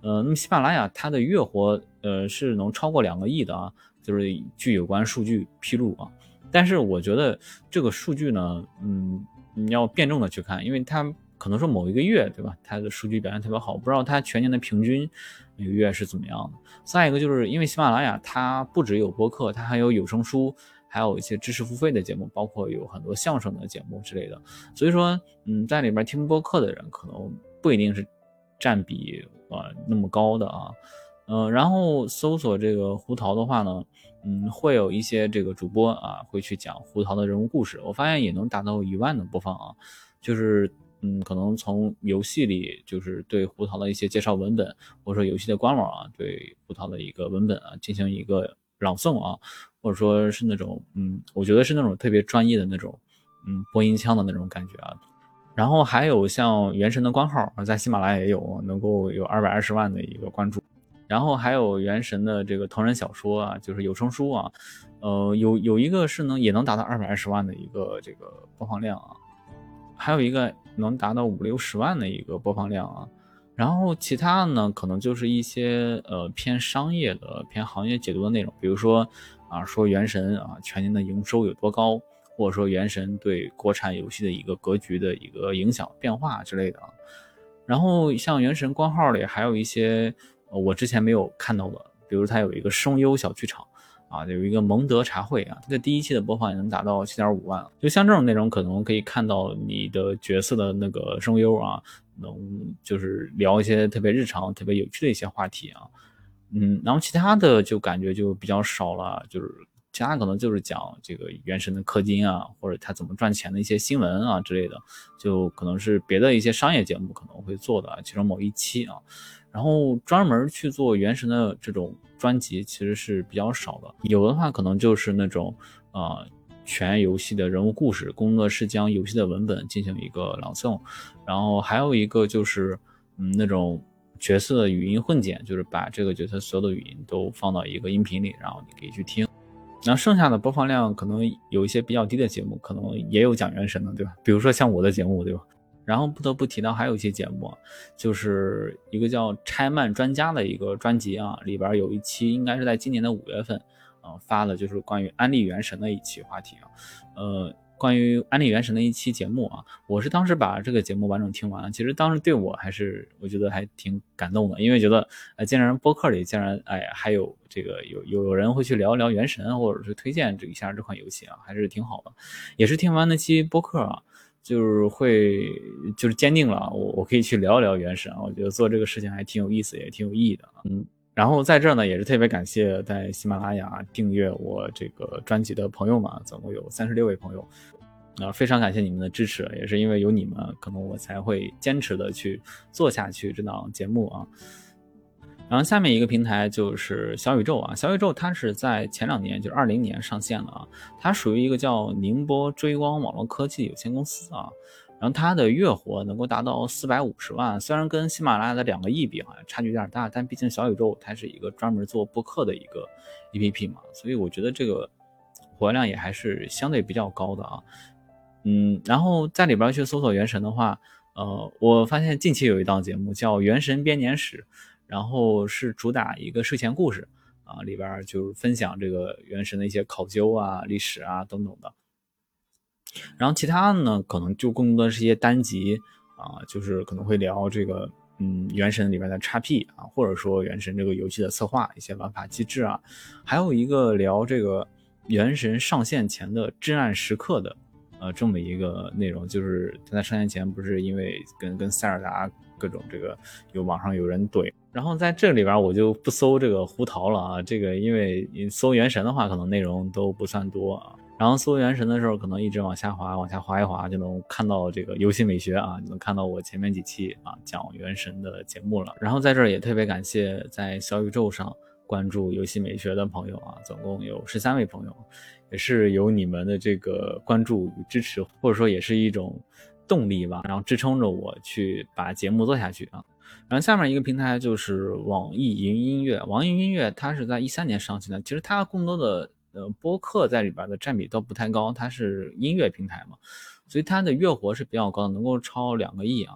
呃，那么喜马拉雅它的月活呃是能超过两个亿的啊，就是据有关数据披露啊。但是我觉得这个数据呢，嗯，你要辩证的去看，因为它可能说某一个月，对吧？它的数据表现特别好，不知道它全年的平均每个月是怎么样的。再一个就是因为喜马拉雅它不只有播客，它还有有声书，还有一些知识付费的节目，包括有很多相声的节目之类的。所以说，嗯，在里边听播客的人可能不一定是占比呃那么高的啊。呃，然后搜索这个胡桃的话呢，嗯，会有一些这个主播啊会去讲胡桃的人物故事，我发现也能达到一万的播放啊，就是嗯，可能从游戏里就是对胡桃的一些介绍文本，或者说游戏的官网啊对胡桃的一个文本啊进行一个朗诵啊，或者说是那种嗯，我觉得是那种特别专业的那种嗯播音腔的那种感觉啊。然后还有像原神的官号在喜马拉雅也有，能够有二百二十万的一个关注。然后还有原神的这个同人小说啊，就是有声书啊，呃，有有一个是能也能达到二百二十万的一个这个播放量啊，还有一个能达到五六十万的一个播放量啊。然后其他的呢，可能就是一些呃偏商业的、偏行业解读的内容，比如说啊，说原神啊全年的营收有多高，或者说原神对国产游戏的一个格局的一个影响变化之类的啊。然后像原神官号里还有一些我之前没有看到的，比如它有一个声优小剧场啊，有一个蒙德茶会啊，它的第一期的播放也能达到 七点五万。就像这种内容可能可以看到你的角色的那个声优啊，能就是聊一些特别日常特别有趣的一些话题啊。嗯，然后其他的就感觉就比较少了，就是其他可能就是讲这个原神的氪金啊，或者他怎么赚钱的一些新闻啊之类的，就可能是别的一些商业节目可能会做的其中某一期啊。然后专门去做原神的这种专辑其实是比较少的，有的话可能就是那种呃全游戏的人物故事，工作室将游戏的文本进行一个朗诵，然后还有一个就是嗯那种角色的语音混剪，就是把这个角色所有的语音都放到一个音频里，然后你可以去听。那剩下的播放量可能有一些比较低的节目，可能也有讲原神的，对吧？比如说像我的节目，对吧？然后不得不提到还有一期节目，就是一个叫拆漫专家的一个专辑啊，里边有一期应该是在今年的五月份啊、呃、发的，就是关于安利原神的一期话题啊，呃，关于安利原神的一期节目啊，我是当时把这个节目完整听完了，其实当时对我还是我觉得还挺感动的，因为觉得呃竟然播客里竟然哎还有这个有有有人会去聊一聊原神，或者是推荐这一下这款游戏啊，还是挺好的，也是听完那期播客啊。就是会就是坚定了我我可以去聊一聊原神，我觉得做这个事情还挺有意思也挺有意义的。嗯，然后在这儿呢也是特别感谢在喜马拉雅订阅我这个专辑的朋友们，总共有三十六位朋友啊、呃，非常感谢你们的支持，也是因为有你们可能我才会坚持的去做下去这档节目啊。然后下面一个平台就是小宇宙啊，小宇宙它是在前两年，就是二零年上线了啊，它属于一个叫宁波追光网络科技有限公司啊，然后它的月活能够达到四百五十万，虽然跟喜马拉雅的两个亿比好像差距有点大，但毕竟小宇宙它是一个专门做播客的一个 A P P 嘛，所以我觉得这个活跃量也还是相对比较高的啊。嗯，然后在里边去搜索原神的话，呃，我发现近期有一档节目叫《原神编年史》。然后是主打一个睡前故事啊，里边就是分享这个原神的一些考究啊、历史啊等等的。然后其他的呢，可能就更多的是一些单集啊，就是可能会聊这个嗯原神里边的 X P 啊，或者说原神这个游戏的策划、一些玩法机制啊，还有一个聊这个原神上线前的至暗时刻的呃这么一个内容，就是他在上线前不是因为跟跟塞尔达各种这个有网上有人怼。然后在这里边我就不搜这个胡桃了啊，这个因为你搜原神的话可能内容都不算多啊，然后搜原神的时候可能一直往下滑往下滑一滑就能看到这个游戏美学啊，就能看到我前面几期啊讲原神的节目了。然后在这儿也特别感谢在小宇宙上关注游戏美学的朋友啊，总共有十三位朋友，也是有你们的这个关注与支持，或者说也是一种动力吧，然后支撑着我去把节目做下去啊。然后下面一个平台就是网易云音乐，网易云音乐它是在一三年上线的，其实它更多的呃播客在里边的占比都不太高，它是音乐平台嘛，所以它的月活是比较高的，能够超两个亿啊。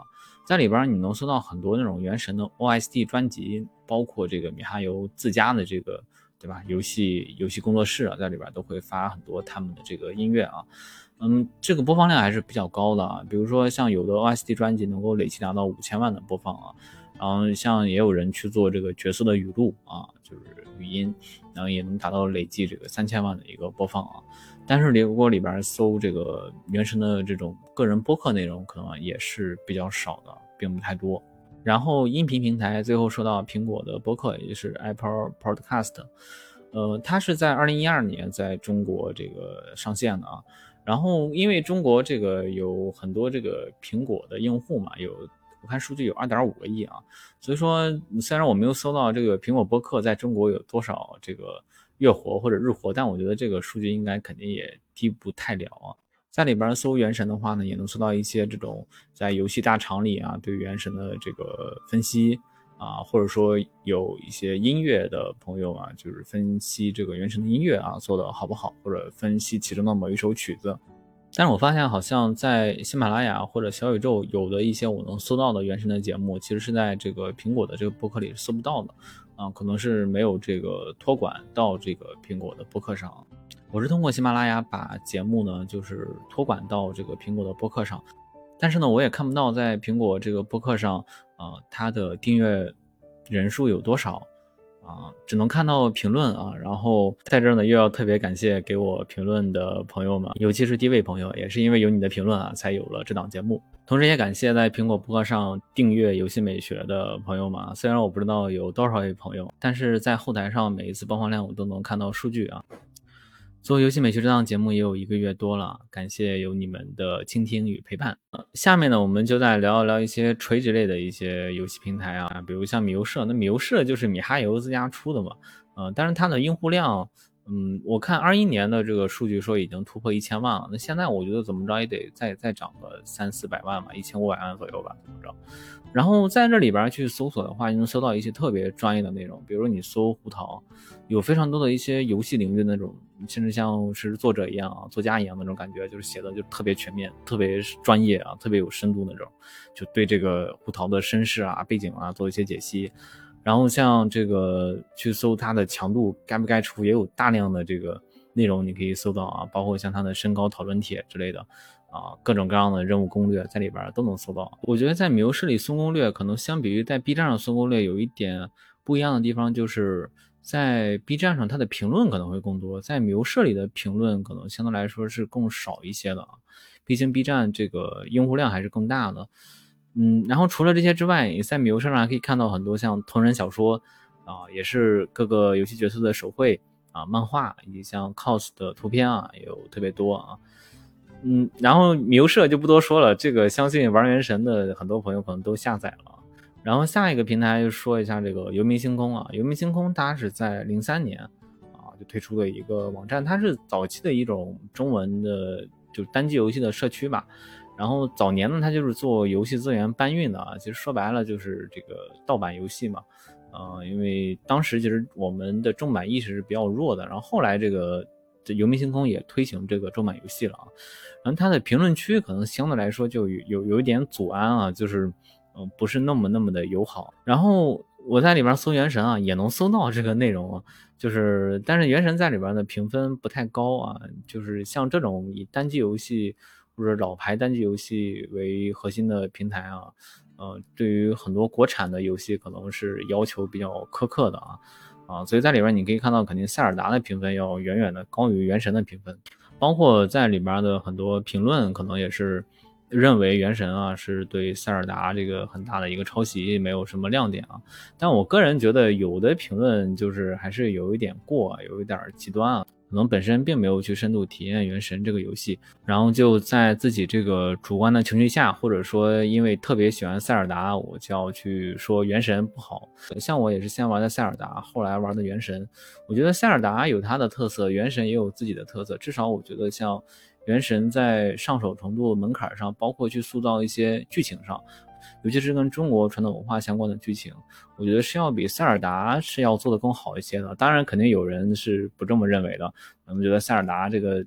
在里边你能搜到很多那种原神的 O S T 专辑，包括这个米哈游自家的这个对吧游戏游戏工作室啊，在里边都会发很多他们的这个音乐啊。嗯，这个播放量还是比较高的啊，比如说像有的 O S T 专辑能够累计达到五千万的播放啊，然后像也有人去做这个角色的语录啊，就是语音，然后也能达到累计这个三千万的一个播放啊。但是如果里边搜这个原神的这种个人播客内容，可能也是比较少的，并不太多。然后音频平台最后说到苹果的播客，也就是 Apple Podcast， 呃，它是在二零一二年在中国这个上线的啊。然后因为中国这个有很多这个苹果的用户嘛，有我看数据有 二点五个亿啊，所以说虽然我没有搜到这个苹果播客在中国有多少这个月活或者日活，但我觉得这个数据应该肯定也低不太了啊。在里边搜原神的话呢，也能搜到一些这种在游戏大厂里啊对原神的这个分析啊，或者说有一些音乐的朋友啊，就是分析这个原神的音乐啊做的好不好，或者分析其中的某一首曲子。但是我发现好像在喜马拉雅或者小宇宙有的一些我能搜到的原神的节目，其实是在这个苹果的这个播客里是搜不到的啊，可能是没有这个托管到这个苹果的播客上。我是通过喜马拉雅把节目呢就是托管到这个苹果的播客上，但是呢我也看不到在苹果这个播客上呃它的订阅人数有多少啊，只能看到评论啊。然后在这儿呢又要特别感谢给我评论的朋友们，尤其是第一位朋友，也是因为有你的评论啊才有了这档节目。同时也感谢在苹果播客上订阅游戏美学的朋友们啊，虽然我不知道有多少位朋友，但是在后台上每一次播放量我都能看到数据啊。做游戏美学这档节目也有一个月多了，感谢有你们的倾听与陪伴。下面呢，我们就再聊一聊一些垂直类的一些游戏平台啊，比如像米游社。那米游社就是米哈游自家出的嘛，呃，但是它的用户量，嗯，我看二一年的这个数据说已经突破一千万了。那现在我觉得怎么着也得再再涨个三四百万吧，一千五百万左右吧，怎么着？然后在这里边去搜索的话，你能搜到一些特别专业的内容，比如你搜胡桃，有非常多的一些游戏领域的那种，甚至像是作者一样啊，作家一样那种感觉，就是写的就特别全面，特别专业啊，特别有深度那种，就对这个胡桃的身世啊、背景啊做一些解析。然后像这个去搜它的强度该不该出，也有大量的这个内容你可以搜到啊，包括像它的身高讨论帖之类的啊，各种各样的任务攻略在里边都能搜到。我觉得在米游社里搜攻略可能相比于在 B 站上搜攻略有一点不一样的地方，就是在 B 站上它的评论可能会更多，在米游社里的评论可能相对来说是更少一些的啊，毕竟 B 站这个用户量还是更大的。嗯，然后除了这些之外，你在米游社上还可以看到很多像同人小说啊，也是各个游戏角色的手绘啊、漫画，以及像 cos 的图片啊，也有特别多啊。嗯，然后米游社就不多说了，这个相信玩原神的很多朋友可能都下载了。然后下一个平台就说一下这个游民星空啊，游民星空它是在零三年啊就推出的一个网站，它是早期的一种中文的就单机游戏的社区吧。然后早年呢，它就是做游戏资源搬运的啊，其实说白了就是这个盗版游戏嘛。呃，因为当时其实我们的正版意识是比较弱的，然后后来这个这游民星空也推行这个正版游戏了啊。然后它的评论区可能相对来说就有有有一点阻安啊，就是嗯、呃、不是那么那么的友好。然后我在里边搜原神啊，也能搜到这个内容啊，就是但是原神在里边的评分不太高啊，就是像这种以单机游戏或者老牌单机游戏为核心的平台啊，呃，对于很多国产的游戏可能是要求比较苛刻的啊，啊，所以在里边你可以看到，肯定塞尔达的评分要远远的高于原神的评分，包括在里边的很多评论可能也是认为原神啊是对塞尔达这个很大的一个抄袭，没有什么亮点啊。但我个人觉得有的评论就是还是有一点过，有一点极端啊。可能本身并没有去深度体验原神这个游戏，然后就在自己这个主观的情绪下，或者说因为特别喜欢塞尔达，我就要去说原神不好。像我也是先玩的塞尔达，后来玩的原神，我觉得塞尔达有它的特色，原神也有自己的特色，至少我觉得像原神在上手程度门槛上，包括去塑造一些剧情上，尤其是跟中国传统文化相关的剧情，我觉得是要比塞尔达是要做得更好一些的。当然肯定有人是不这么认为的，我们觉得塞尔达这个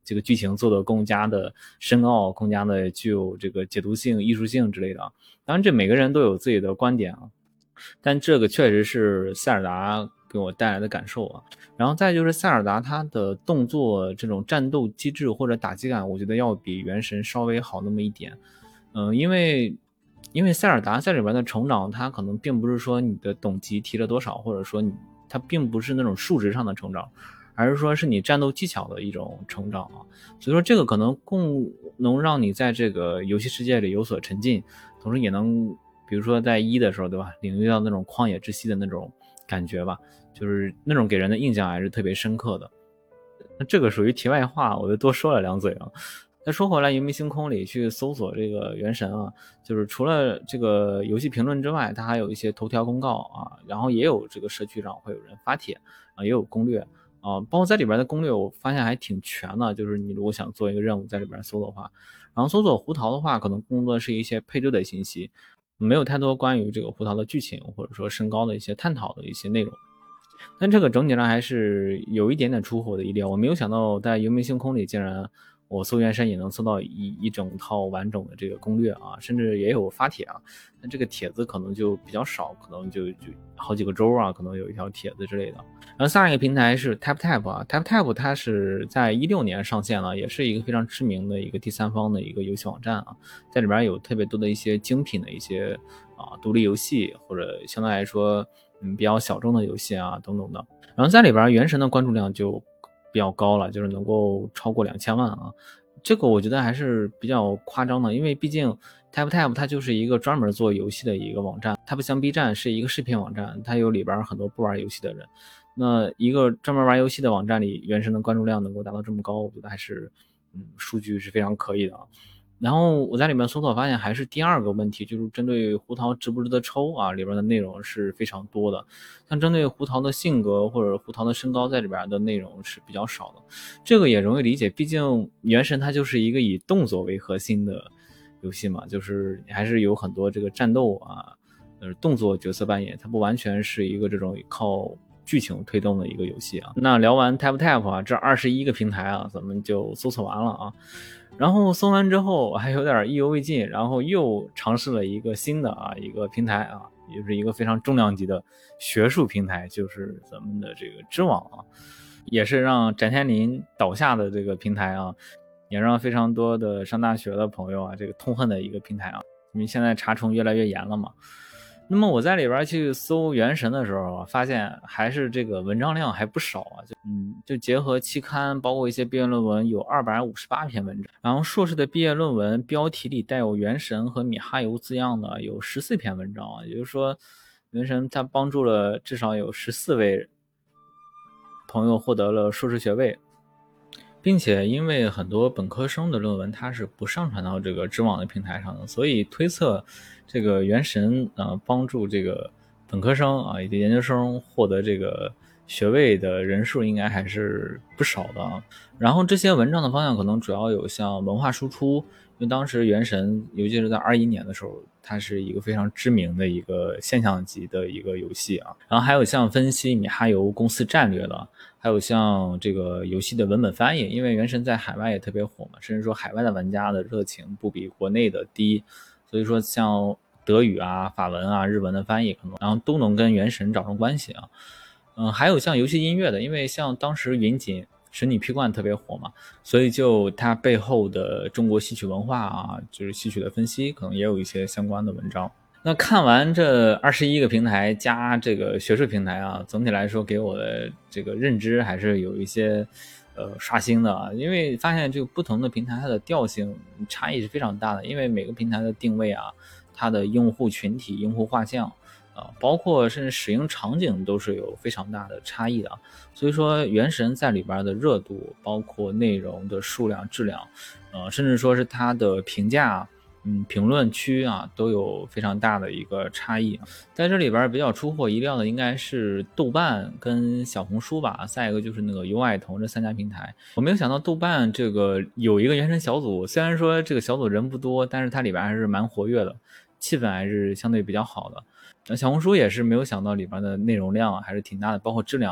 这个剧情做得更加的深奥，更加的具有这个解读性、艺术性之类的。当然这每个人都有自己的观点啊，但这个确实是塞尔达给我带来的感受啊。然后再就是塞尔达它的动作这种战斗机制或者打击感，我觉得要比原神稍微好那么一点。嗯、呃，因为因为塞尔达在里边的成长，它可能并不是说你的等级提了多少，或者说你它并不是那种数值上的成长，而是说是你战斗技巧的一种成长啊。所以说这个可能更能让你在这个游戏世界里有所沉浸，同时也能比如说在一的时候，对吧，领略到那种旷野之息的那种感觉吧，就是那种给人的印象还是特别深刻的。那这个属于题外话，我就多说了两嘴啊。再说回来，游迷星空里去搜索这个原神啊，就是除了这个游戏评论之外，它还有一些头条公告啊，然后也有这个社区上会有人发帖啊，也有攻略啊，包括在里边的攻略我发现还挺全的，就是你如果想做一个任务在里边搜的话，然后搜索胡桃的话，可能更多的是一些配置的信息，没有太多关于这个胡桃的剧情或者说身高的一些探讨的一些内容。但这个整体上还是有一点点出乎我的意料，我没有想到在游迷星空里竟然我搜原神也能搜到一一整套完整的这个攻略啊，甚至也有发帖啊。但这个帖子可能就比较少，可能就就好几个周啊，可能有一条帖子之类的。然后下一个平台是 TapTap 啊 ，TapTap 它是在一六年上线了，也是一个非常知名的一个第三方的一个游戏网站啊，在里边有特别多的一些精品的一些啊独立游戏，或者相对来说嗯比较小众的游戏啊等等的。然后在里边原神的关注量就比较高了，就是能够超过两千万啊，这个我觉得还是比较夸张的，因为毕竟 TapTap 它就是一个专门做游戏的一个网站，它不像 B 站是一个视频网站，它有里边很多不玩游戏的人。那一个专门玩游戏的网站里，原神的关注量能够达到这么高，我觉得还是嗯数据是非常可以的啊。然后我在里面搜索发现还是第二个问题，就是针对胡桃值不值得抽啊，里边的内容是非常多的。像针对胡桃的性格或者胡桃的身高在里边的内容是比较少的，这个也容易理解，毕竟原神它就是一个以动作为核心的游戏嘛，就是还是有很多这个战斗啊，呃，动作角色扮演，它不完全是一个这种靠剧情推动的一个游戏啊。那聊完 TapTap 啊，这二十一个平台啊，咱们就搜索完了啊。然后搜完之后还有点意犹未尽，然后又尝试了一个新的啊一个平台啊，也是一个非常重量级的学术平台，就是咱们的这个知网啊，也是让翟天临倒下的这个平台啊，也让非常多的上大学的朋友啊这个痛恨的一个平台啊，因为现在查重越来越严了嘛。那么我在里边去搜原神的时候啊，发现还是这个文章量还不少啊，就嗯，就结合期刊，包括一些毕业论文，有二百五十八篇文章，然后硕士的毕业论文标题里带有原神和米哈游字样的有十四篇文章啊，也就是说，原神它帮助了至少有十四位朋友获得了硕士学位。并且因为很多本科生的论文它是不上传到这个知网的平台上的，所以推测这个原神呃帮助这个本科生啊以及研究生获得这个学位的人数应该还是不少的啊。然后这些文章的方向可能主要有像文化输出，因为当时原神尤其是在二一年的时候，它是一个非常知名的一个现象级的一个游戏啊。然后还有像分析米哈游公司战略的，还有像这个游戏的文本翻译，因为原神在海外也特别火嘛，甚至说海外的玩家的热情不比国内的低，所以说像德语啊、法文啊、日文的翻译可能然后都能跟原神找上关系啊。嗯，还有像游戏音乐的，因为像当时云锦神女劈冠特别火嘛，所以就它背后的中国戏曲文化啊，就是戏曲的分析，可能也有一些相关的文章。那看完这二十一个平台加这个学术平台啊，总体来说给我的这个认知还是有一些呃刷新的啊，因为发现这个不同的平台它的调性差异是非常大的，因为每个平台的定位啊，它的用户群体、用户画像啊，包括甚至使用场景都是有非常大的差异的，所以说原神在里边的热度，包括内容的数量、质量，呃，甚至说是它的评价，嗯，评论区啊，都有非常大的一个差异。在这里边比较出乎我意料的应该是豆瓣跟小红书吧，再一个就是那个优爱腾这三家平台。我没有想到豆瓣这个有一个原神小组，虽然说这个小组人不多，但是它里边还是蛮活跃的，气氛还是相对比较好的。小红书也是没有想到里边的内容量还是挺大的，包括质量，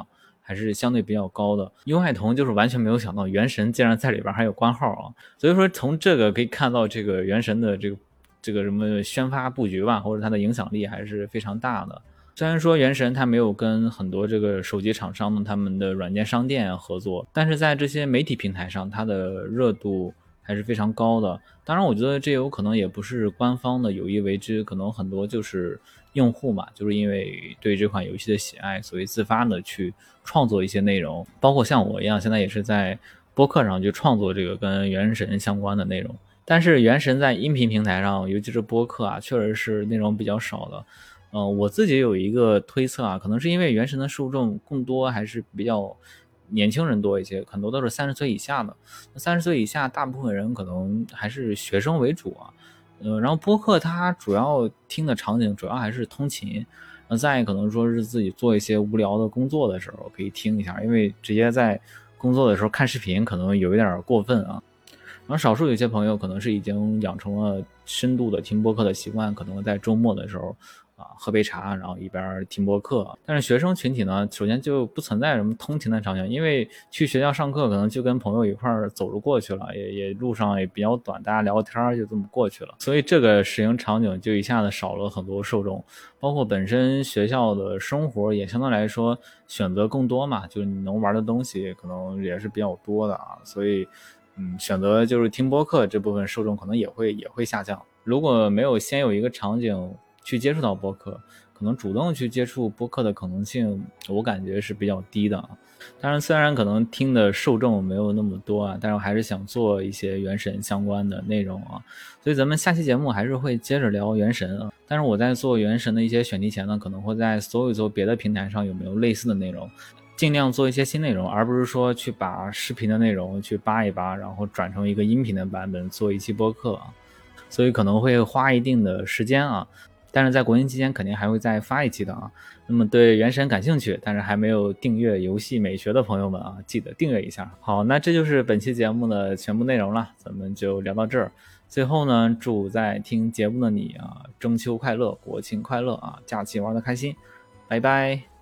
还是相对比较高的。优爱童就是完全没有想到原神竟然在里边还有官号啊，所以说从这个可以看到这个原神的这个这个什么宣发布局吧，或者它的影响力还是非常大的。虽然说原神它没有跟很多这个手机厂商的他们的软件商店合作，但是在这些媒体平台上它的热度还是非常高的。当然我觉得这有可能也不是官方的有意为之，可能很多就是用户嘛，就是因为对这款游戏的喜爱，所以自发的去创作一些内容，包括像我一样现在也是在播客上去创作这个跟原神相关的内容。但是原神在音频平台上，尤其是播客啊，确实是内容比较少的。呃，我自己有一个推测啊，可能是因为原神的受众更多还是比较年轻人多一些，很多都是三十岁以下的。三十岁以下大部分人可能还是学生为主啊。呃，然后播客它主要听的场景主要还是通勤，那再可能说是自己做一些无聊的工作的时候可以听一下，因为直接在工作的时候看视频可能有一点过分啊。然后少数有些朋友可能是已经养成了深度的听播客的习惯，可能在周末的时候啊喝杯茶，然后一边听播客。但是学生群体呢，首先就不存在什么通勤的场景，因为去学校上课可能就跟朋友一块走着过去了，也也路上也比较短，大家聊天就这么过去了，所以这个使用场景就一下子少了很多受众。包括本身学校的生活也相对来说选择更多嘛，就是你能玩的东西可能也是比较多的啊，所以嗯，选择就是听播客这部分受众可能也会也会下降。如果没有先有一个场景去接触到播客，可能主动去接触播客的可能性我感觉是比较低的啊。当然虽然可能听的受众没有那么多啊，但是我还是想做一些原神相关的内容啊，所以咱们下期节目还是会接着聊原神啊。但是我在做原神的一些选题前呢，可能会在搜一搜别的平台上有没有类似的内容，尽量做一些新内容，而不是说去把视频的内容去扒一扒，然后转成一个音频的版本做一期播客啊，所以可能会花一定的时间啊，但是在国庆期间肯定还会再发一期的啊。那么对原神感兴趣但是还没有订阅游戏美学的朋友们啊，记得订阅一下。好，那这就是本期节目的全部内容了，咱们就聊到这儿。最后呢，祝在听节目的你啊，中秋快乐，国庆快乐啊，假期玩得开心，拜拜。